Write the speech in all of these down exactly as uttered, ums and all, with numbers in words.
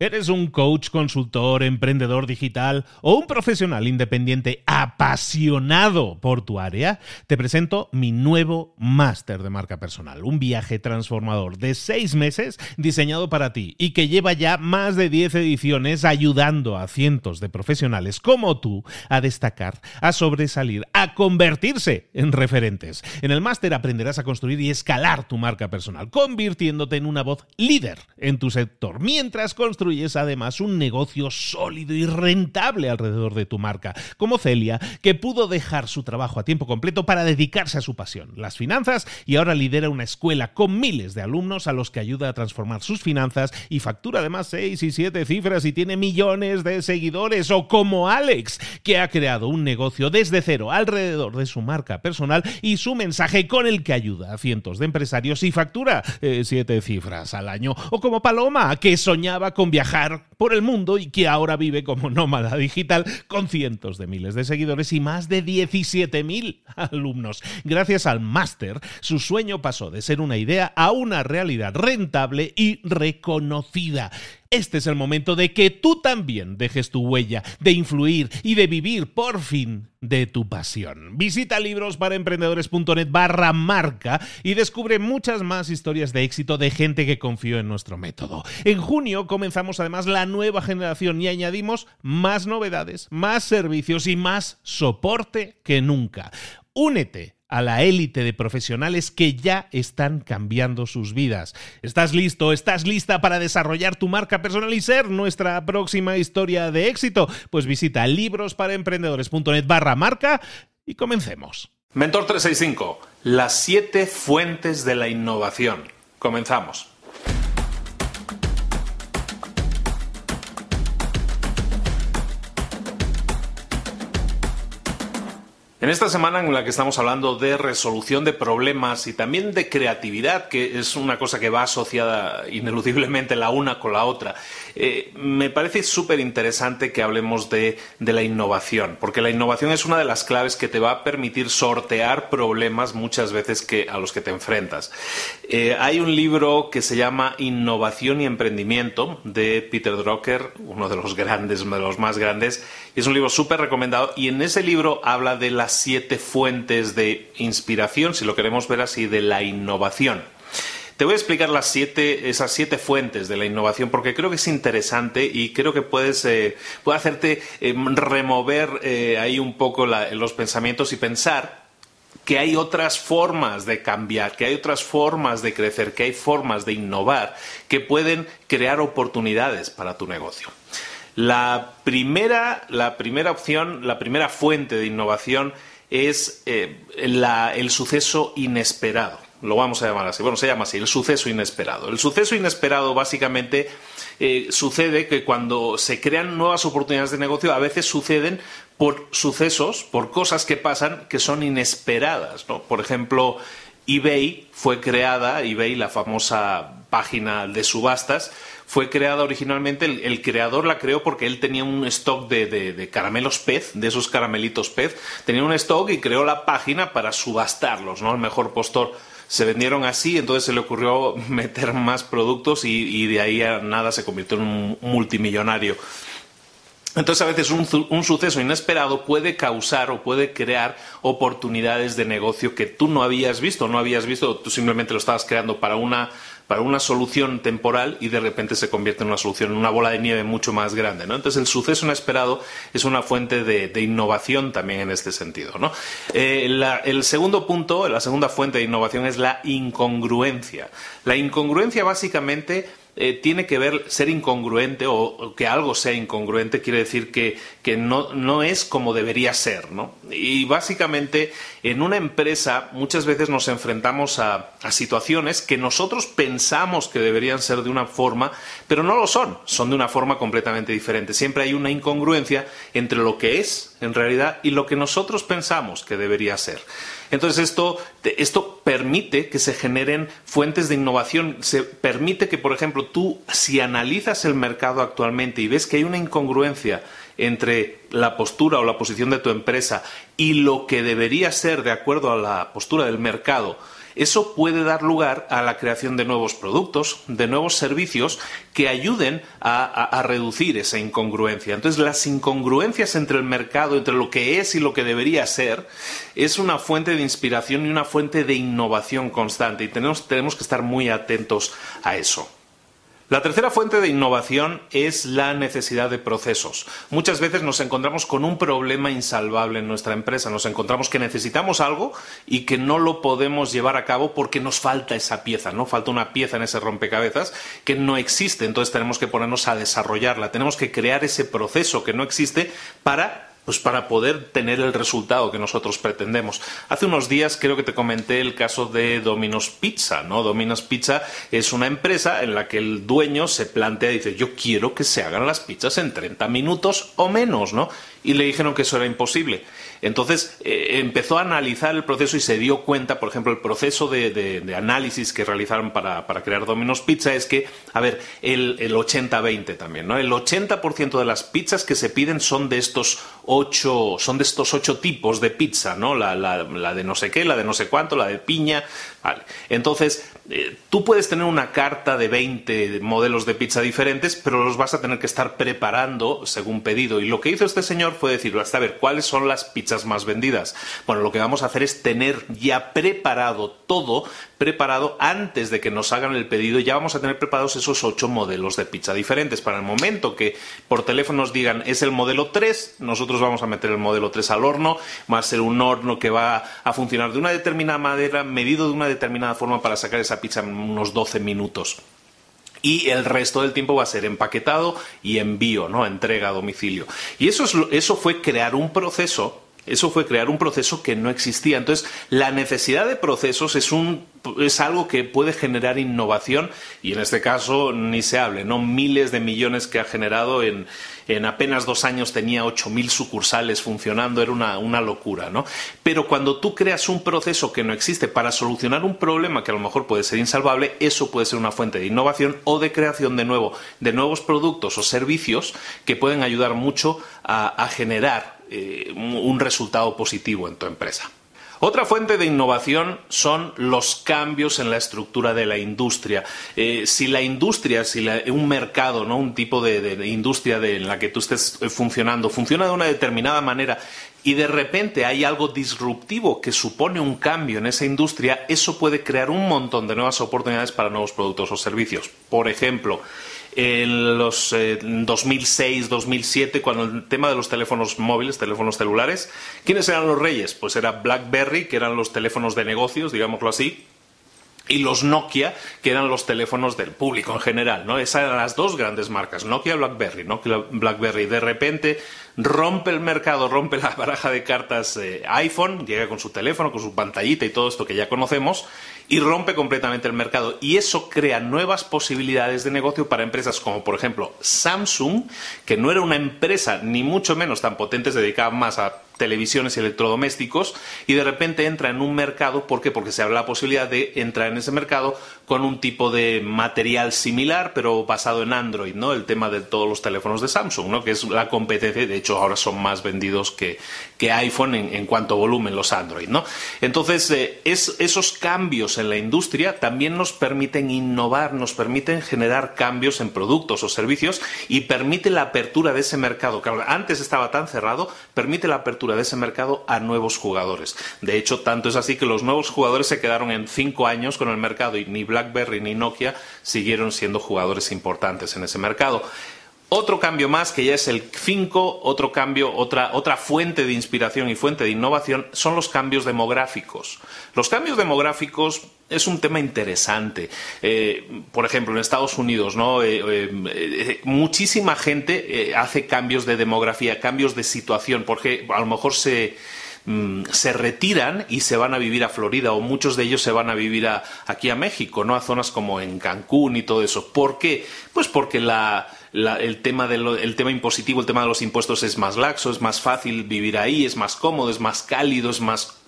¿Eres un coach, consultor, emprendedor digital o un profesional independiente apasionado por tu área? Te presento mi nuevo máster de marca personal, un viaje transformador de seis meses diseñado para ti y que lleva ya más de diez ediciones ayudando a cientos de profesionales como tú a destacar, a sobresalir, a convertirse en referentes. En el máster aprenderás a construir y escalar tu marca personal, convirtiéndote en una voz líder en tu sector, mientras construyes además un negocio sólido y rentable alrededor de tu marca, como Celia, que pudo dejar su trabajo a tiempo completo para dedicarse a su pasión, las finanzas, y ahora lidera una escuela con miles de alumnos a los que ayuda a transformar sus finanzas y factura además seis y siete cifras y tiene millones de seguidores. O como Alex, que ha creado un negocio desde cero alrededor de su marca personal y su mensaje, con el que ayuda a cientos de empresarios y factura eh, siete cifras al año. O como Paloma, que soñaba con viajar por el mundo y que ahora vive como nómada digital con cientos de miles de seguidores y más de diecisiete mil alumnos. Gracias al máster, su sueño pasó de ser una idea a una realidad rentable y reconocida. Este es el momento de que tú también dejes tu huella, de influir y de vivir por fin de tu pasión. Visita librosparaemprendedores.net barra marca y descubre muchas más historias de éxito de gente que confió en nuestro método. En junio comenzamos además la nueva generación y añadimos más novedades, más servicios y más soporte que nunca. Únete a la élite de profesionales que ya están cambiando sus vidas. ¿Estás listo? ¿Estás lista para desarrollar tu marca personal y ser nuestra próxima historia de éxito? Pues visita librosparaemprendedores.net barra marca y comencemos. Mentor trescientos sesenta y cinco, las siete fuentes de la innovación. Comenzamos. En esta semana en la que estamos hablando de resolución de problemas y también de creatividad, que es una cosa que va asociada ineludiblemente la una con la otra, eh, me parece súper interesante que hablemos de, de la innovación, porque la innovación es una de las claves que te va a permitir sortear problemas muchas veces que, a los que te enfrentas. Eh, hay un libro que se llama Innovación y Emprendimiento de Peter Drucker, uno de los grandes, uno de los más grandes, y es un libro súper recomendado, y en ese libro habla de las siete fuentes de inspiración, si lo queremos ver así, de la innovación. Te voy a explicar las siete, esas siete fuentes de la innovación porque creo que es interesante y creo que puedes, eh, puede hacerte eh, remover eh, ahí un poco la, los pensamientos y pensar que hay otras formas de cambiar, que hay otras formas de crecer, que hay formas de innovar que pueden crear oportunidades para tu negocio. La primera, la primera opción, la primera fuente de innovación es eh, la, el suceso inesperado. Lo vamos a llamar así. Bueno, se llama así, el suceso inesperado. El suceso inesperado básicamente eh, sucede que cuando se crean nuevas oportunidades de negocio, a veces suceden por sucesos, por cosas que pasan que son inesperadas, ¿no? Por ejemplo, eBay fue creada, eBay, la famosa página de subastas, fue creada originalmente, el, el creador la creó porque él tenía un stock de, de, de caramelos pez, de esos caramelitos pez, tenía un stock y creó la página para subastarlos, ¿no? El mejor postor. Se vendieron así, entonces se le ocurrió meter más productos y, y de ahí a nada se convirtió en un multimillonario. Entonces a veces un, un suceso inesperado puede causar o puede crear oportunidades de negocio que tú no habías visto, no habías visto, tú simplemente lo estabas creando para una, para una solución temporal y de repente se convierte en una solución, en una bola de nieve mucho más grande, ¿no? Entonces el suceso inesperado es una fuente de, de innovación también en este sentido, ¿no? Eh, la, el segundo punto, la segunda fuente de innovación es la incongruencia. La incongruencia básicamente Eh, tiene que ver, ser incongruente o, o que algo sea incongruente quiere decir que, que no, no es como debería ser, ¿no? Y básicamente en una empresa muchas veces nos enfrentamos a, a situaciones que nosotros pensamos que deberían ser de una forma, pero no lo son, son de una forma completamente diferente. Siempre hay una incongruencia entre lo que es en realidad y lo que nosotros pensamos que debería ser. Entonces esto, esto permite que se generen fuentes de innovación, se permite que, por ejemplo, tú si analizas el mercado actualmente y ves que hay una incongruencia entre la postura o la posición de tu empresa y lo que debería ser de acuerdo a la postura del mercado, eso puede dar lugar a la creación de nuevos productos, de nuevos servicios que ayuden a, a, a reducir esa incongruencia. Entonces, las incongruencias entre el mercado, entre lo que es y lo que debería ser, es una fuente de inspiración y una fuente de innovación constante, y tenemos, tenemos que estar muy atentos a eso. La tercera fuente de innovación es la necesidad de procesos. Muchas veces nos encontramos con un problema insalvable en nuestra empresa. Nos encontramos que necesitamos algo y que no lo podemos llevar a cabo porque nos falta esa pieza, ¿no? Falta una pieza en ese rompecabezas que no existe. Entonces tenemos que ponernos a desarrollarla. Tenemos que crear ese proceso que no existe para... Pues para poder tener el resultado que nosotros pretendemos. Hace unos días creo que te comenté el caso de Domino's Pizza, ¿no? Domino's Pizza es una empresa en la que el dueño se plantea y dice, yo quiero que se hagan las pizzas en treinta minutos o menos, ¿no? Y le dijeron que eso era imposible. Entonces eh, empezó a analizar el proceso y se dio cuenta, por ejemplo, el proceso de, de, de análisis que realizaron para, para crear Domino's Pizza es que, a ver, el, el ochenta veinte también, ¿no? El ochenta por ciento de las pizzas que se piden son de estos ocho, son de estos ocho tipos de pizza, ¿no? La, la, la de no sé qué, la de no sé cuánto, la de piña, vale. Entonces, eh, tú puedes tener una carta de veinte modelos de pizza diferentes, pero los vas a tener que estar preparando según pedido. Y lo que hizo este señor fue decir, hasta ver, ¿cuáles son las pizzas más vendidas? Bueno, lo que vamos a hacer es tener ya preparado todo, preparado antes de que nos hagan el pedido, ya vamos a tener preparados esos ocho modelos de pizza diferentes. Para el momento que por teléfono nos digan, es el modelo tres, nosotros vamos a meter el modelo tres al horno, va a ser un horno que va a funcionar de una determinada manera, medido de una determinada forma para sacar esa pizza en unos doce minutos. Y el resto del tiempo va a ser empaquetado y envío, ¿no? Entrega a domicilio. Y eso, es, eso fue crear un proceso, eso fue crear un proceso que no existía. Entonces, la necesidad de procesos es un es algo que puede generar innovación, y en este caso ni se hable, ¿no? Miles de millones que ha generado en, en apenas dos años, tenía ocho mil sucursales funcionando, era una, una locura, ¿no? Pero cuando tú creas un proceso que no existe para solucionar un problema que a lo mejor puede ser insalvable, eso puede ser una fuente de innovación o de creación de nuevo, de nuevos productos o servicios que pueden ayudar mucho a, a generar eh, un resultado positivo en tu empresa. Otra fuente de innovación son los cambios en la estructura de la industria. Eh, si la industria, si la, un mercado, ¿no? Un tipo de, de, de industria de, en la que tú estés funcionando, funciona de una determinada manera y de repente hay algo disruptivo que supone un cambio en esa industria, eso puede crear un montón de nuevas oportunidades para nuevos productos o servicios. Por ejemplo, en los eh, dos mil seis, dos mil siete, cuando el tema de los teléfonos móviles, teléfonos celulares, ¿quiénes eran los reyes? Pues era BlackBerry, que eran los teléfonos de negocios, digámoslo así, y los Nokia, que eran los teléfonos del público en general, ¿no? Esas eran las dos grandes marcas, Nokia y BlackBerry, Nokia y BlackBerry. De repente rompe el mercado, rompe la baraja de cartas eh, iPhone, llega con su teléfono, con su pantallita y todo esto que ya conocemos, y rompe completamente el mercado. Y eso crea nuevas posibilidades de negocio para empresas como, por ejemplo, Samsung, que no era una empresa ni mucho menos tan potente, se dedicaba más a televisiones y electrodomésticos, y de repente entra en un mercado. ¿Por qué? Porque se abre la posibilidad de entrar en ese mercado con un tipo de material similar, pero basado en Android, ¿no? El tema de todos los teléfonos de Samsung, ¿no? Que es la competencia. De hecho, ahora son más vendidos que, que iPhone en, en cuanto a volumen, los Android, ¿no? Entonces, eh, es, esos cambios en la industria también nos permiten innovar, nos permiten generar cambios en productos o servicios, y permite la apertura de ese mercado, que antes estaba tan cerrado, permite la apertura de ese mercado a nuevos jugadores. De hecho, tanto es así que los nuevos jugadores se quedaron en cinco años con el mercado, y ni BlackBerry ni Nokia siguieron siendo jugadores importantes en ese mercado. Otro cambio más, que ya es el cinco, otro cambio, otra, otra fuente de inspiración y fuente de innovación, son los cambios demográficos. Los cambios demográficos es un tema interesante. Eh, por ejemplo, en Estados Unidos, ¿no? Eh, eh, muchísima gente eh, hace cambios de demografía, cambios de situación, porque a lo mejor se... se retiran y se van a vivir a Florida, o muchos de ellos se van a vivir a, aquí a México, ¿no? A zonas como en Cancún y todo eso. ¿Por qué? Pues porque la, la, el, tema de lo, el tema impositivo, el tema de los impuestos es más laxo, es más fácil vivir ahí, es más cómodo, es más cálido, es más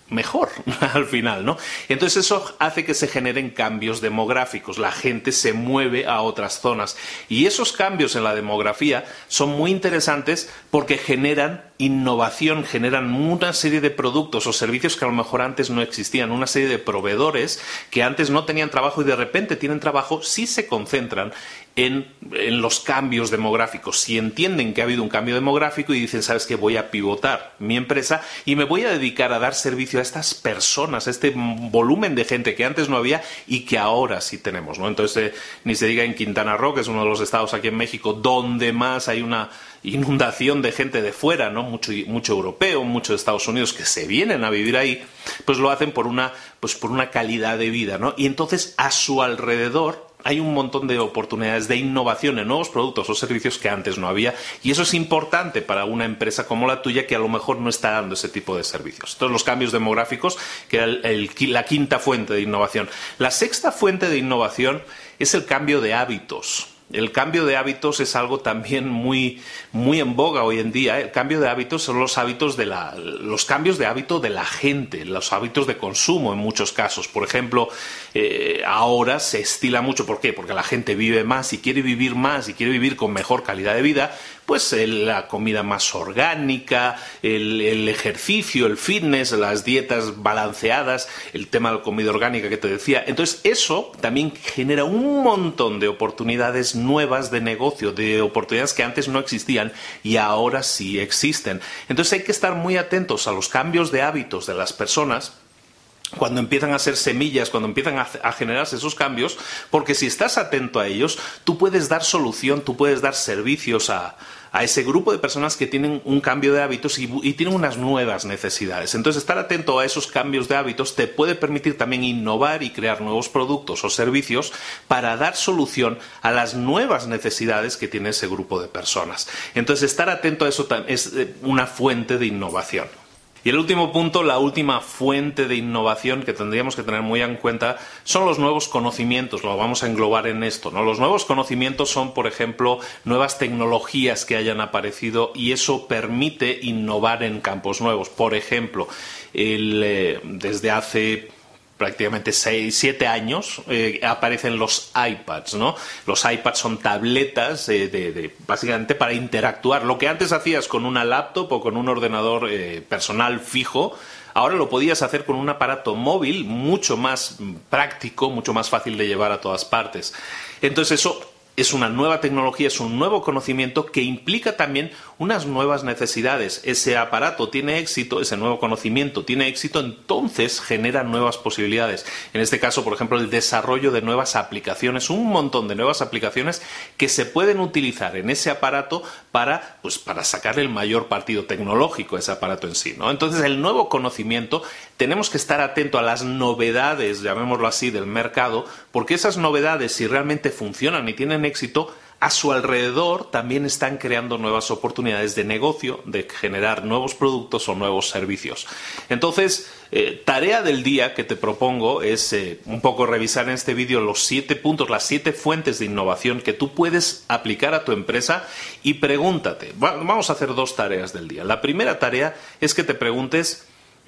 mejor al final, ¿no? Entonces eso hace que se generen cambios demográficos, la gente se mueve a otras zonas y esos cambios en la demografía son muy interesantes porque generan innovación, generan una serie de productos o servicios que a lo mejor antes no existían, una serie de proveedores que antes no tenían trabajo y de repente tienen trabajo si se concentran en, en los cambios demográficos, si entienden que ha habido un cambio demográfico y dicen, ¿sabes qué? Voy a pivotar mi empresa y me voy a dedicar a dar servicio a estas personas, a este volumen de gente que antes no había y que ahora sí tenemos, ¿no? Entonces, eh, ni se diga en Quintana Roo, que es uno de los estados aquí en México donde más hay una inundación de gente de fuera, ¿no? Mucho, mucho europeo, mucho de Estados Unidos que se vienen a vivir ahí, pues lo hacen por una, pues por una calidad de vida, ¿no? Y entonces a su alrededor hay un montón de oportunidades de innovación en nuevos productos o servicios que antes no había y eso es importante para una empresa como la tuya que a lo mejor no está dando ese tipo de servicios. Entonces los cambios demográficos, que era el, el, la quinta fuente de innovación. La sexta fuente de innovación es el cambio de hábitos. El cambio de hábitos es algo también muy, muy en boga hoy en día. El cambio de hábitos son los hábitos de la, los cambios de hábito de la gente, los hábitos de consumo en muchos casos. Por ejemplo, eh, ahora se estila mucho. ¿Por qué? Porque la gente vive más y quiere vivir más y quiere vivir con mejor calidad de vida. Pues el, la comida más orgánica, el, el ejercicio, el fitness, las dietas balanceadas, el tema de la comida orgánica que te decía. Entonces eso también genera un montón de oportunidades nuevas de negocio, de oportunidades que antes no existían y ahora sí existen. Entonces hay que estar muy atentos a los cambios de hábitos de las personas cuando empiezan a ser semillas, cuando empiezan a, a generarse esos cambios, porque si estás atento a ellos, tú puedes dar solución, tú puedes dar servicios a, a ese grupo de personas que tienen un cambio de hábitos y, y tienen unas nuevas necesidades. Entonces, estar atento a esos cambios de hábitos te puede permitir también innovar y crear nuevos productos o servicios para dar solución a las nuevas necesidades que tiene ese grupo de personas. Entonces, estar atento a eso es una fuente de innovación. Y el último punto, la última fuente de innovación que tendríamos que tener muy en cuenta son los nuevos conocimientos, lo vamos a englobar en esto, ¿no? Los nuevos conocimientos son, por ejemplo, nuevas tecnologías que hayan aparecido y eso permite innovar en campos nuevos. Por ejemplo, el, eh, desde hace prácticamente seis, siete años eh, aparecen los iPads, ¿no? Los iPads son tabletas eh, de, de, básicamente para interactuar. Lo que antes hacías con una laptop o con un ordenador eh, personal fijo, ahora lo podías hacer con un aparato móvil mucho más práctico, mucho más fácil de llevar a todas partes. Entonces eso es una nueva tecnología, es un nuevo conocimiento que implica también unas nuevas necesidades. Ese aparato tiene éxito, ese nuevo conocimiento tiene éxito, entonces genera nuevas posibilidades. En este caso, por ejemplo, el desarrollo de nuevas aplicaciones, un montón de nuevas aplicaciones que se pueden utilizar en ese aparato para, pues, para sacar el mayor partido tecnológico a ese aparato en sí, ¿no? Entonces, el nuevo conocimiento, tenemos que estar atentos a las novedades, llamémoslo así, del mercado, porque esas novedades, si realmente funcionan y tienen éxito, a su alrededor también están creando nuevas oportunidades de negocio, de generar nuevos productos o nuevos servicios. Entonces, eh, tarea del día que te propongo es eh, un poco revisar en este vídeo los siete puntos, las siete fuentes de innovación que tú puedes aplicar a tu empresa y pregúntate, vamos a hacer dos tareas del día. La primera tarea es que te preguntes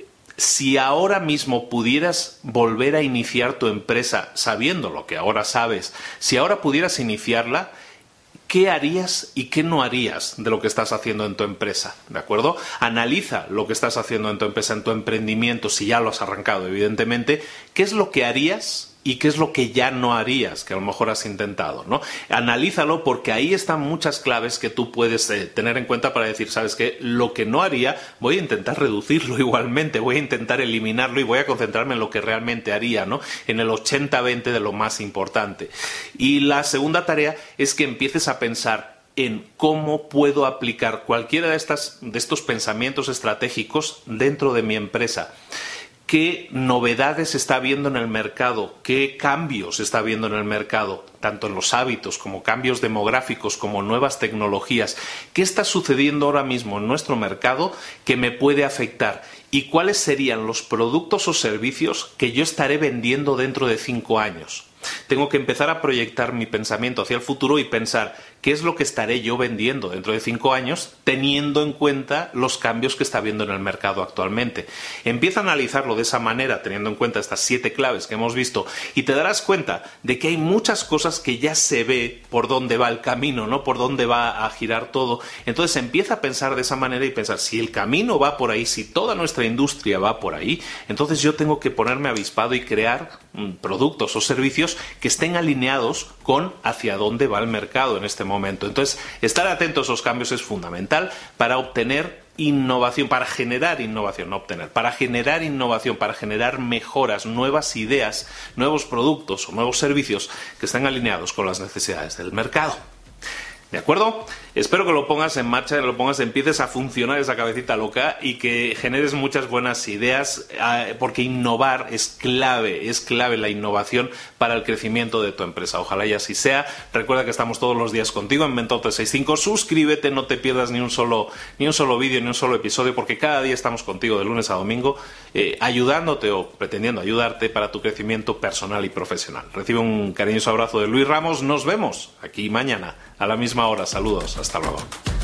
si ahora mismo pudieras volver a iniciar tu empresa sabiendo lo que ahora sabes, si ahora pudieras iniciarla, ¿qué harías y qué no harías de lo que estás haciendo en tu empresa? ¿De acuerdo? Analiza lo que estás haciendo en tu empresa, en tu emprendimiento, si ya lo has arrancado, evidentemente. ¿Qué es lo que harías y qué es lo que ya no harías, que a lo mejor has intentado, ¿no? Analízalo porque ahí están muchas claves que tú puedes eh, tener en cuenta para decir, ¿sabes qué? Lo que no haría, voy a intentar reducirlo igualmente, voy a intentar eliminarlo y voy a concentrarme en lo que realmente haría, ¿no? En el ochenta veinte de lo más importante. Y la segunda tarea es que empieces a pensar en cómo puedo aplicar cualquiera de, estas, de estos pensamientos estratégicos dentro de mi empresa. ¿Qué novedades está habiendo en el mercado? ¿Qué cambios está habiendo en el mercado? Tanto en los hábitos como cambios demográficos como nuevas tecnologías. ¿Qué está sucediendo ahora mismo en nuestro mercado que me puede afectar? y cuáles serían los productos o servicios que yo estaré vendiendo dentro de cinco años. Tengo que empezar a proyectar mi pensamiento hacia el futuro y pensar qué es lo que estaré yo vendiendo dentro de cinco años teniendo en cuenta los cambios que está habiendo en el mercado actualmente. Empieza a analizarlo de esa manera, teniendo en cuenta estas siete claves que hemos visto, y te darás cuenta de que hay muchas cosas que ya se ve por dónde va el camino, ¿no? Por dónde va a girar todo. Entonces empieza a pensar de esa manera y pensar, si el camino va por ahí, si toda nuestra industria va por ahí, entonces yo tengo que ponerme avispado y crear mm, productos o servicios que estén alineados con hacia dónde va el mercado en este momento. Entonces, estar atento a esos cambios es fundamental para obtener innovación, para generar innovación, no obtener, para generar innovación, para generar mejoras, nuevas ideas, nuevos productos o nuevos servicios que estén alineados con las necesidades del mercado. ¿De acuerdo? Espero que lo pongas en marcha, que lo pongas, empieces a funcionar esa cabecita loca y que generes muchas buenas ideas, porque innovar es clave, es clave la innovación para el crecimiento de tu empresa. Ojalá y así sea. Recuerda que estamos todos los días contigo en Mentor trescientos sesenta y cinco. Suscríbete, no te pierdas ni un solo, ni un solo vídeo, ni un solo episodio, porque cada día estamos contigo de lunes a domingo, eh, ayudándote o pretendiendo ayudarte para tu crecimiento personal y profesional. Recibe un cariñoso abrazo de Luis Ramos. Nos vemos aquí mañana a la misma hora. Saludos. Hasta luego.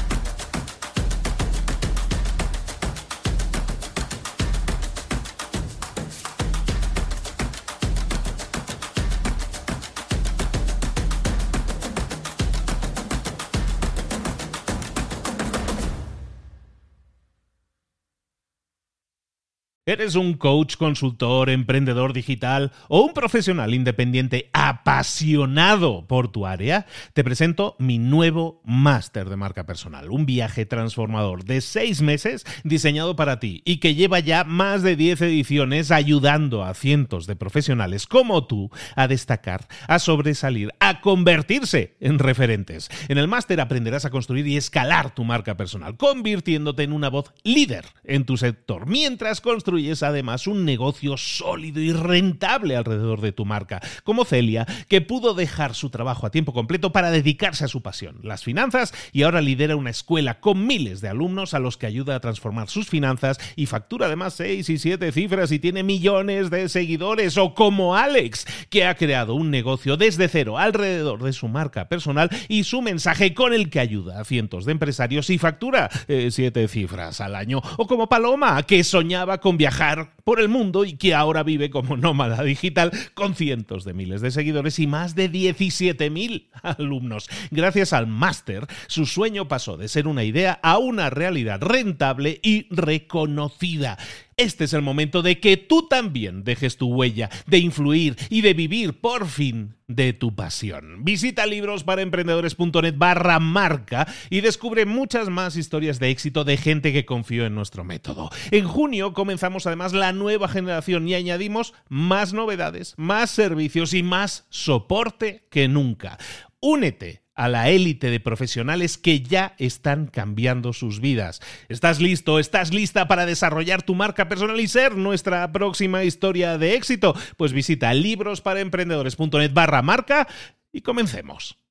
¿Eres un coach, consultor, emprendedor digital o un profesional independiente apasionado por tu área? Te presento mi nuevo máster de marca personal, un viaje transformador de seis meses diseñado para ti y que lleva ya más de diez ediciones ayudando a cientos de profesionales como tú a destacar, a sobresalir, a convertirse en referentes. En el máster aprenderás a construir y escalar tu marca personal, convirtiéndote en una voz líder en tu sector, mientras construyes es además un negocio sólido y rentable alrededor de tu marca, como Celia, que pudo dejar su trabajo a tiempo completo para dedicarse a su pasión, las finanzas, y ahora lidera una escuela con miles de alumnos a los que ayuda a transformar sus finanzas y factura además seis y siete cifras y tiene millones de seguidores. O como Alex, que ha creado un negocio desde cero alrededor de su marca personal y su mensaje, con el que ayuda a cientos de empresarios y factura eh, siete cifras al año. O como Paloma, que soñaba con viajar por el mundo y que ahora vive como nómada digital con cientos de miles de seguidores y más de diecisiete mil alumnos. Gracias al máster, su sueño pasó de ser una idea a una realidad rentable y reconocida. Este es el momento de que tú también dejes tu huella, de influir y de vivir por fin de tu pasión. Visita librosparaemprendedores.net barra marca y descubre muchas más historias de éxito de gente que confió en nuestro método. En junio comenzamos además la nueva generación y añadimos más novedades, más servicios y más soporte que nunca. Únete a la élite de profesionales que ya están cambiando sus vidas. ¿Estás listo? ¿Estás lista para desarrollar tu marca personal y ser nuestra próxima historia de éxito? Pues visita librosparaemprendedores.net barra marca y comencemos.